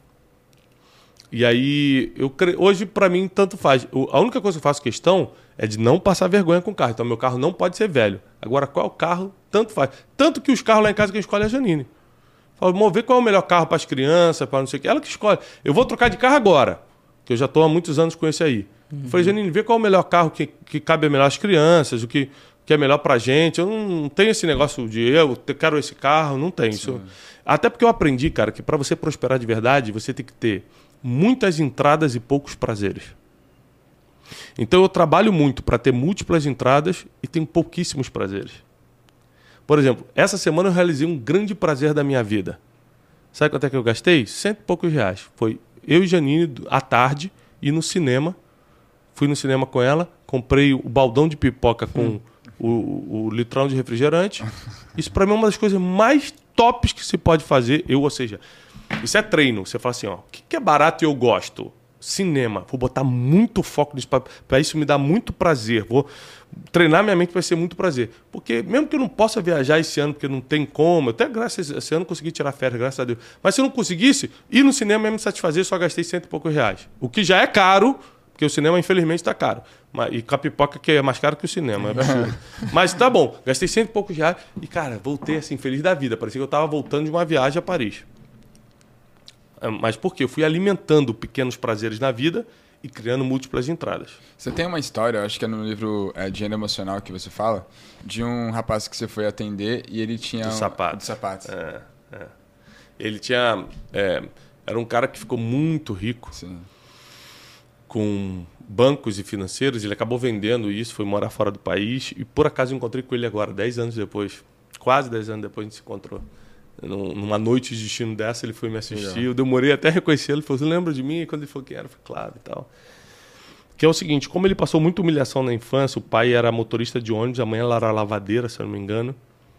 A: E aí, hoje para mim tanto faz. A única coisa que eu faço questão é de não passar vergonha com o carro. Então meu carro não pode ser velho. Agora qual é o carro, tanto faz. Tanto que os carros lá em casa que escolhe é a Janine. Fala, vamos ver qual é o melhor carro para as crianças, para não sei o que. Ela que escolhe. Eu vou trocar de carro agora, que eu já estou há muitos anos com esse aí. Eu falei, Janine, vê qual é o melhor carro que cabe melhor às crianças, o que é melhor para a gente. Eu não tenho esse negócio de eu quero esse carro, não tem. Isso. Até porque eu aprendi, cara, que para você prosperar de verdade, você tem que ter muitas entradas e poucos prazeres. Então eu trabalho muito para ter múltiplas entradas e tenho pouquíssimos prazeres. Por exemplo, essa semana eu realizei um grande prazer da minha vida. Sabe quanto é que eu gastei? R$100 e poucos. Foi eu e Janine, à tarde, ir no cinema. Fui no cinema com ela, comprei o baldão de pipoca com o litrão de refrigerante. Isso para mim é uma das coisas mais tops que se pode fazer. Ou seja, isso é treino. Você fala assim, ó, o que é barato e eu gosto? Cinema. Vou botar muito foco nisso para isso me dar muito prazer. Vou treinar minha mente para ser muito prazer. Porque mesmo que eu não possa viajar esse ano, porque não tem como, até graças a esse ano consegui tirar férias, graças a Deus. Mas se eu não conseguisse, ir no cinema mesmo me satisfazer, só gastei R$100 e poucos. O que já é caro, porque o cinema infelizmente está caro. E com a pipoca que é mais caro que o cinema. É absurdo. Mas tá bom, gastei R$100 e poucos. E cara, voltei assim, feliz da vida. Parecia que eu estava voltando de uma viagem a Paris. Mas por quê? Eu fui alimentando pequenos prazeres na vida e criando múltiplas entradas.
C: Você tem uma história, acho que é no livro Dinheiro Emocional que você fala, de um rapaz que você foi atender e ele tinha...
A: De sapatos.
C: De sapatos.
A: Ele tinha... era um cara que ficou muito rico.
C: Sim.
A: Com bancos e financeiros. Ele acabou vendendo isso, foi morar fora do país. E por acaso eu encontrei com ele agora, 10 anos depois. Quase 10 anos depois a gente se encontrou. Numa noite de destino dessa, ele foi me assistir. Legal. Eu demorei até a reconhecer. Ele falou, você lembra de mim? E quando ele falou quem era, eu falei, claro e tal. Que é o seguinte, como ele passou muita humilhação na infância, o pai era motorista de ônibus, a mãe ela era lavadeira, se eu não me engano.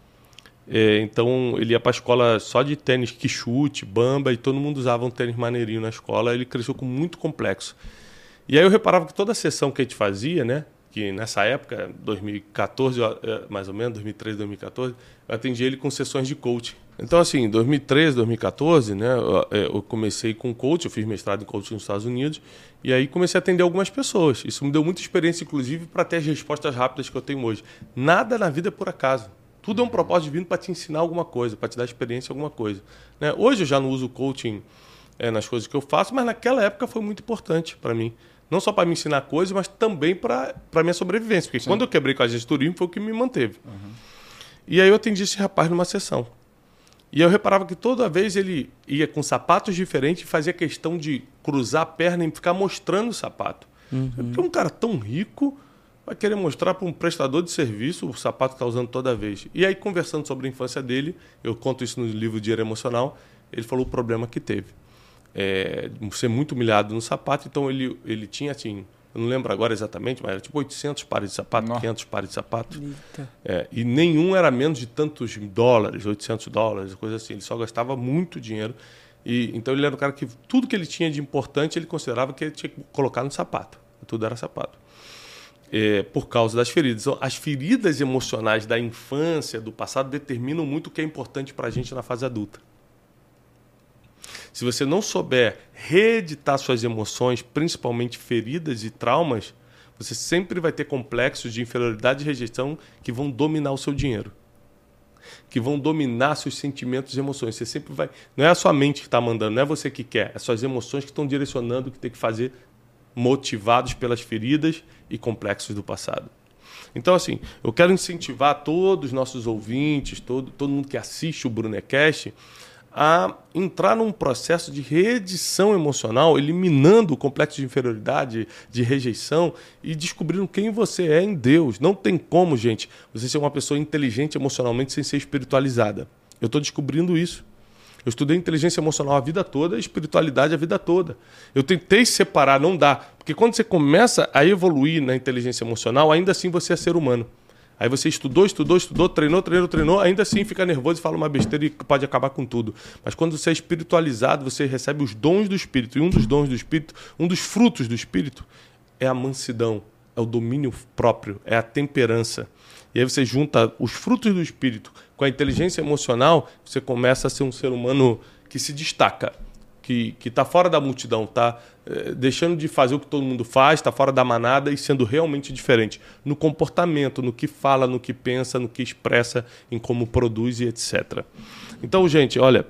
A: Então ele ia para a escola só de tênis quichute, bamba, e todo mundo usava um tênis maneirinho na escola. Ele cresceu com muito complexo. E aí eu reparava que toda a sessão que a gente fazia, né, que nessa época, 2014, mais ou menos, 2013, 2014, eu atendi ele com sessões de coaching. Então, assim, em 2013, 2014, né, eu comecei com coaching, eu fiz mestrado em coaching nos Estados Unidos, e aí comecei a atender algumas pessoas. Isso me deu muita experiência, inclusive, para ter as respostas rápidas que eu tenho hoje. Nada na vida é por acaso. Tudo é um propósito divino para te ensinar alguma coisa, para te dar experiência em alguma coisa. Né? Hoje eu já não uso coaching nas coisas que eu faço, mas naquela época foi muito importante para mim. Não só para me ensinar coisas, mas também para a minha sobrevivência. Porque quando eu quebrei com a agência de turismo, foi o que me manteve. E aí eu atendi esse rapaz numa sessão. E eu reparava que toda vez ele ia com sapatos diferentes e fazia questão de cruzar a perna e ficar mostrando o sapato. Porque um cara tão rico vai querer mostrar para um prestador de serviço o sapato que está usando toda vez. E aí, conversando sobre a infância dele, eu conto isso no livro Dinheiro Emocional, ele falou o problema que teve. Ser muito humilhado no sapato, então ele tinha assim, eu não lembro agora exatamente, mas era tipo 800 pares de sapato, 500 pares de sapato. E nenhum era menos de tantos dólares, $800, coisa assim. Ele só gastava muito dinheiro. Então ele era um cara que tudo que ele tinha de importante ele considerava que ele tinha que colocar no sapato. Tudo era sapato. Por causa das feridas. Então, as feridas emocionais da infância, do passado, determinam muito o que é importante para a gente na fase adulta. Se você não souber reeditar suas emoções, principalmente feridas e traumas, você sempre vai ter complexos de inferioridade e rejeição que vão dominar o seu dinheiro, que vão dominar seus sentimentos e emoções. Você sempre vai... Não é a sua mente que está mandando, não é você que quer, é suas emoções que estão direcionando o que tem que fazer motivados pelas feridas e complexos do passado. Então, assim, eu quero incentivar todos os nossos ouvintes, todo mundo que assiste o Brunecast, a entrar num processo de reedição emocional, eliminando o complexo de inferioridade, de rejeição e descobrindo quem você é em Deus. Não tem como, gente, você ser uma pessoa inteligente emocionalmente sem ser espiritualizada. Eu estou descobrindo isso. Eu estudei inteligência emocional a vida toda e espiritualidade a vida toda. Eu tentei separar, não dá. Porque quando você começa a evoluir na inteligência emocional, ainda assim você é ser humano. Aí você estudou, treinou, ainda assim fica nervoso e fala uma besteira e pode acabar com tudo. Mas quando você é espiritualizado, você recebe os dons do Espírito. E um dos dons do Espírito, um dos frutos do Espírito, é a mansidão, é o domínio próprio, é a temperança. E aí você junta os frutos do Espírito com a inteligência emocional, você começa a ser um ser humano que se destaca, que está fora da multidão, está deixando de fazer o que todo mundo faz, está fora da manada e sendo realmente diferente no comportamento, no que fala, no que pensa, no que expressa, em como produz e etc. Então, gente, olha,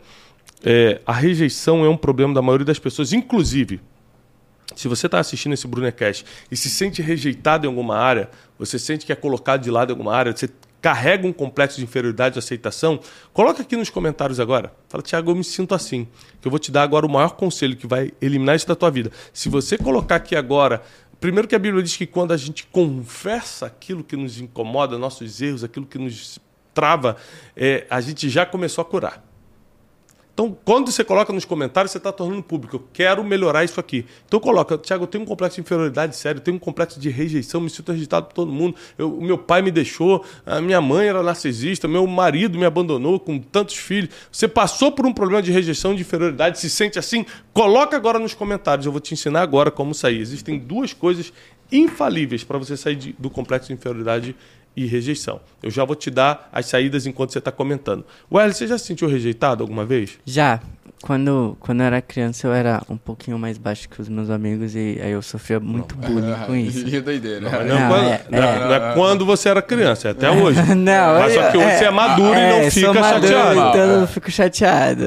A: a rejeição é um problema da maioria das pessoas, inclusive, se você está assistindo esse Brunecast e se sente rejeitado em alguma área, você sente que é colocado de lado em alguma área, você carrega um complexo de inferioridade e aceitação, coloca aqui nos comentários agora. Fala, Thiago, eu me sinto assim. Que eu vou te dar agora o maior conselho que vai eliminar isso da tua vida. Se você colocar aqui agora... Primeiro que a Bíblia diz que quando a gente confessa aquilo que nos incomoda, nossos erros, aquilo que nos trava, a gente já começou a curar. Então, quando você coloca nos comentários, você está tornando público. Eu quero melhorar isso aqui. Então, coloca, Thiago, eu tenho um complexo de inferioridade sério, eu tenho um complexo de rejeição, me sinto rejeitado por todo mundo. O meu pai me deixou, a minha mãe era narcisista, meu marido me abandonou com tantos filhos. Você passou por um problema de rejeição, de inferioridade, se sente assim? Coloca agora nos comentários. Eu vou te ensinar agora como sair. Existem duas coisas infalíveis para você sair do complexo de inferioridade e rejeição. Eu já vou te dar as saídas enquanto você está comentando. Wesley, você já se sentiu rejeitado alguma vez?
D: Já. Quando eu era criança, eu era um pouquinho mais baixo que os meus amigos e aí eu sofria muito bullying com isso.
C: E doideira.
A: Não é quando você era criança, é até hoje.
D: Não,
A: mas só que hoje você é maduro e não fica chateado.
D: Então eu não fico chateado.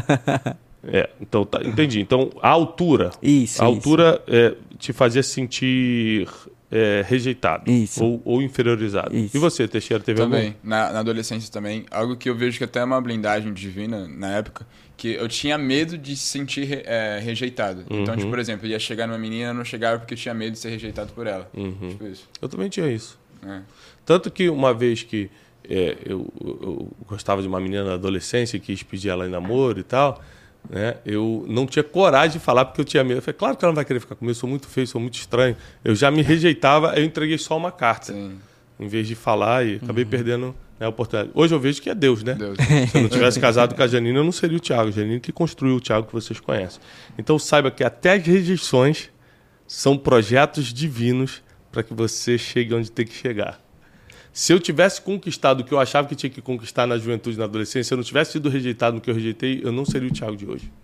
A: Né? Então, tá, entendi. Então, a altura.
D: Isso.
A: A altura te fazia sentir... rejeitado ou inferiorizado.
D: Isso.
A: E você, Teixeira, teve
C: também,
A: algum?
C: Na adolescência também, algo que eu vejo que até é uma blindagem divina na época, que eu tinha medo de se sentir rejeitado.
A: Uhum.
C: Então, tipo, por exemplo, eu ia chegar numa menina, não chegava porque eu tinha medo de ser rejeitado por ela.
A: Uhum.
C: Tipo isso.
A: Eu também tinha isso. Tanto que uma vez que eu gostava de uma menina na adolescência e quis pedir ela em namoro e tal, né? Eu não tinha coragem de falar porque eu tinha medo. Eu falei, claro que ela não vai querer ficar comigo, eu sou muito feio, sou muito estranho. Eu já me rejeitava, eu entreguei só uma carta.
C: Sim.
A: Em vez de falar e acabei perdendo a oportunidade. Hoje eu vejo que é Deus, né?
C: Deus.
A: Se eu não tivesse casado com a Janine, eu não seria o Thiago. A Janine que construiu o Thiago que vocês conhecem. Então saiba que até as rejeições são projetos divinos para que você chegue onde tem que chegar. Se eu tivesse conquistado o que eu achava que tinha que conquistar na juventude e na adolescência, se eu não tivesse sido rejeitado no que eu rejeitei, eu não seria o Thiago de hoje.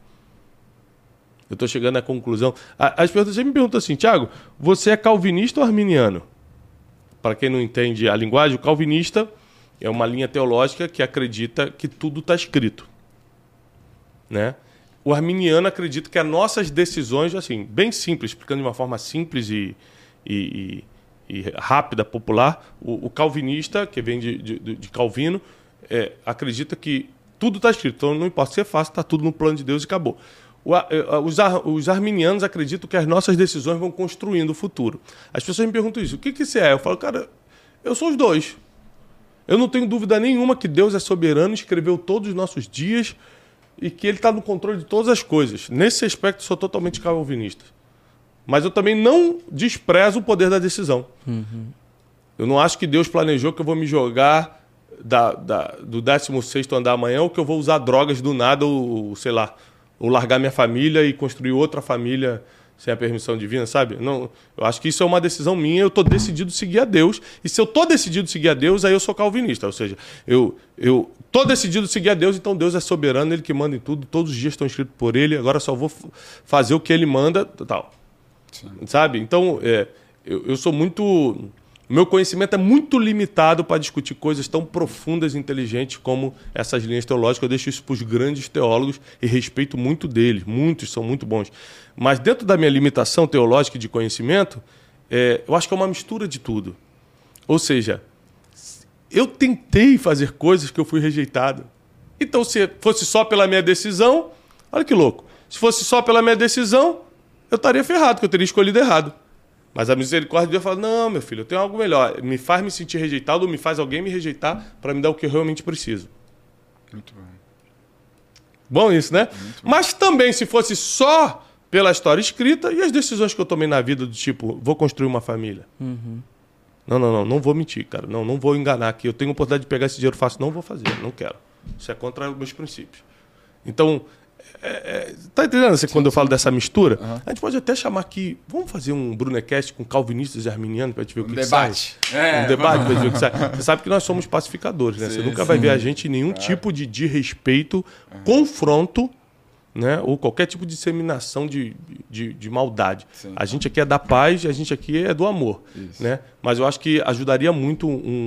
A: Eu estou chegando à conclusão. As pessoas sempre me perguntam assim, Thiago, você é calvinista ou arminiano? Para quem não entende a linguagem, o calvinista é uma linha teológica que acredita que tudo está escrito. Né? O arminiano acredita que as nossas decisões, assim, bem simples, explicando de uma forma simples e rápida, popular, o calvinista, que vem de Calvino, acredita que tudo está escrito. Então não importa o que você faça, está tudo no plano de Deus e acabou. Os arminianos acreditam que as nossas decisões vão construindo o futuro. As pessoas me perguntam isso. O que você é? Eu falo, cara, eu sou os dois. Eu não tenho dúvida nenhuma que Deus é soberano, escreveu todos os nossos dias e que Ele está no controle de todas as coisas. Nesse aspecto, sou totalmente calvinista. Mas eu também não desprezo o poder da decisão. Uhum. Eu não acho que Deus planejou que eu vou me jogar do 16º andar amanhã ou que eu vou usar drogas do nada ou, sei lá, ou largar minha família e construir outra família sem a permissão divina, sabe? Não, eu acho que isso é uma decisão minha, eu estou decidido seguir a Deus. E se eu estou decidido seguir a Deus, aí eu sou calvinista. Ou seja, eu estou decidido seguir a Deus, então Deus é soberano, Ele que manda em tudo, todos os dias estão escritos por Ele, agora só vou fazer o que Ele manda, tal. Sim. Sabe? Então, eu sou muito O meu conhecimento é muito limitado para discutir coisas tão profundas e inteligentes como essas linhas teológicas. Eu deixo isso para os grandes teólogos e respeito muito deles. Muitos são muito bons. Mas dentro da minha limitação teológica e de conhecimento, eu acho que é uma mistura de tudo. Ou seja, eu tentei fazer coisas que eu fui rejeitado. Então, se fosse só pela minha decisão, olha que louco. Se fosse só pela minha decisão, eu estaria ferrado, porque eu teria escolhido errado. Mas a misericórdia de Deus fala, não, meu filho, eu tenho algo melhor. Me faz me sentir rejeitado ou me faz alguém me rejeitar para me dar o que eu realmente preciso.
C: Muito bom.
A: Bom isso, né? Mas também, se fosse só pela história escrita e as decisões que eu tomei na vida, do tipo, vou construir uma família. Não vou mentir, cara. Não vou enganar aqui. Eu tenho oportunidade de pegar esse dinheiro fácil. Não vou fazer, não quero. Isso é contra os meus princípios. Então... tá entendendo quando eu falo dessa mistura? A gente pode até chamar aqui. Vamos fazer um Brunecast com calvinistas e arminianos para a gente ver o que
C: debate.
A: Sai. Um debate para gente ver o que sai. Você sabe que nós somos pacificadores, né? Você nunca vai ver a gente em nenhum tipo de desrespeito, confronto, né? Ou qualquer tipo de disseminação de maldade. Sim. A gente aqui é da paz, a gente aqui é do amor. Né? Mas eu acho que ajudaria muito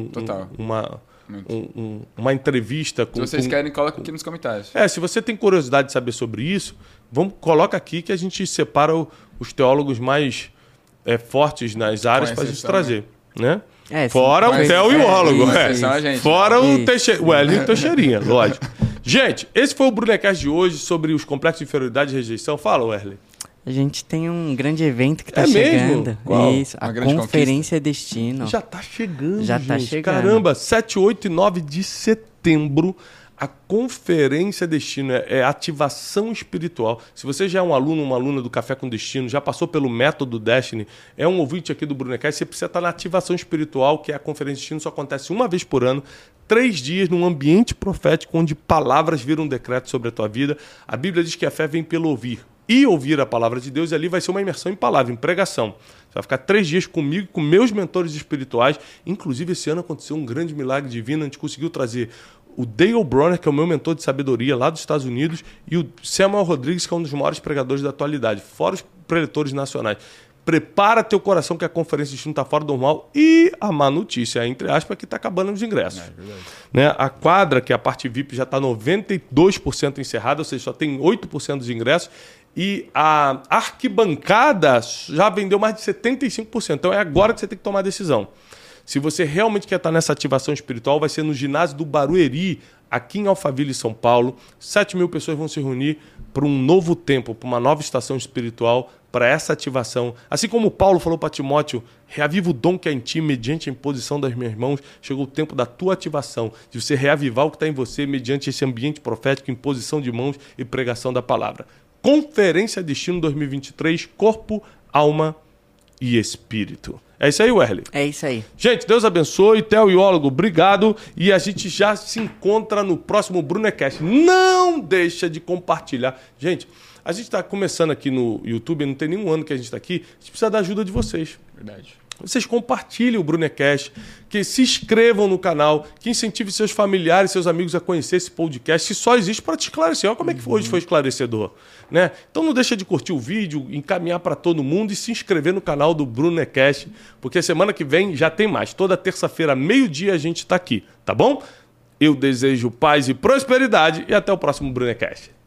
A: uma entrevista com...
C: Se vocês querem, coloca aqui nos comentários.
A: Se você tem curiosidade de saber sobre isso, coloca aqui que a gente separa os teólogos mais fortes nas áreas para a gente trazer. Né? Fora o teólogo. Fora o Wellington Teixeirinha, lógico. Gente, esse foi o Brunecast de hoje sobre os complexos de inferioridade e rejeição. Fala, Wesley.
D: A gente tem um grande evento que está chegando.
A: Qual?
D: Isso, a Conferência Destino.
A: Já está chegando,
D: Já está chegando.
A: Caramba, 7, 8 e 9 de setembro, a Conferência Destino é ativação espiritual. Se você já é um aluno, uma aluna do Café com Destino, já passou pelo método Destiny, é um ouvinte aqui do Brunecast, você precisa estar na ativação espiritual, que é a Conferência Destino, só acontece uma vez por ano, 3 dias num ambiente profético, onde palavras viram um decreto sobre a tua vida. A Bíblia diz que a fé vem pelo ouvir. E ouvir a palavra de Deus, e ali vai ser uma imersão em palavra, em pregação. Você vai ficar 3 dias comigo, com meus mentores espirituais. Inclusive, esse ano aconteceu um grande milagre divino. A gente conseguiu trazer o Dale Bronner, que é o meu mentor de sabedoria lá dos Estados Unidos, e o Samuel Rodrigues, que é um dos maiores pregadores da atualidade, fora os preletores nacionais. Prepara teu coração, que a Conferência de Destino está fora do normal. E a má notícia, entre aspas, que está acabando os ingressos. Né? A quadra, que é a parte VIP, já está 92% encerrada, ou seja, só tem 8% dos ingressos. E a arquibancada já vendeu mais de 75%. Então é agora que você tem que tomar a decisão. Se você realmente quer estar nessa ativação espiritual, vai ser no ginásio do Barueri, aqui em Alphaville, São Paulo. 7.000 pessoas vão se reunir para um novo tempo, para uma nova estação espiritual, para essa ativação. Assim como Paulo falou para Timóteo, reaviva o dom que é em ti, mediante a imposição das minhas mãos. Chegou o tempo da tua ativação, de você reavivar o que está em você, mediante esse ambiente profético, imposição de mãos e pregação da palavra. Conferência Destino 2023, Corpo, Alma e Espírito. É isso aí, Wesley?
D: É isso aí.
A: Gente, Deus abençoe. Teólogo, obrigado. E a gente já se encontra no próximo Brunecast. Não deixa de compartilhar. Gente, a gente está começando aqui no YouTube, não tem nenhum ano que a gente está aqui. A gente precisa da ajuda de vocês.
C: Verdade.
A: Vocês compartilhem o Brunecast, que se inscrevam no canal, que incentivem seus familiares, seus amigos a conhecer esse podcast, que só existe para te esclarecer. Olha como é que hoje foi esclarecedor. Né? Então não deixa de curtir o vídeo, encaminhar para todo mundo e se inscrever no canal do Brunecast, porque semana que vem já tem mais. Toda terça-feira, meio-dia, a gente está aqui, tá bom? Eu desejo paz e prosperidade e até o próximo Brunecast.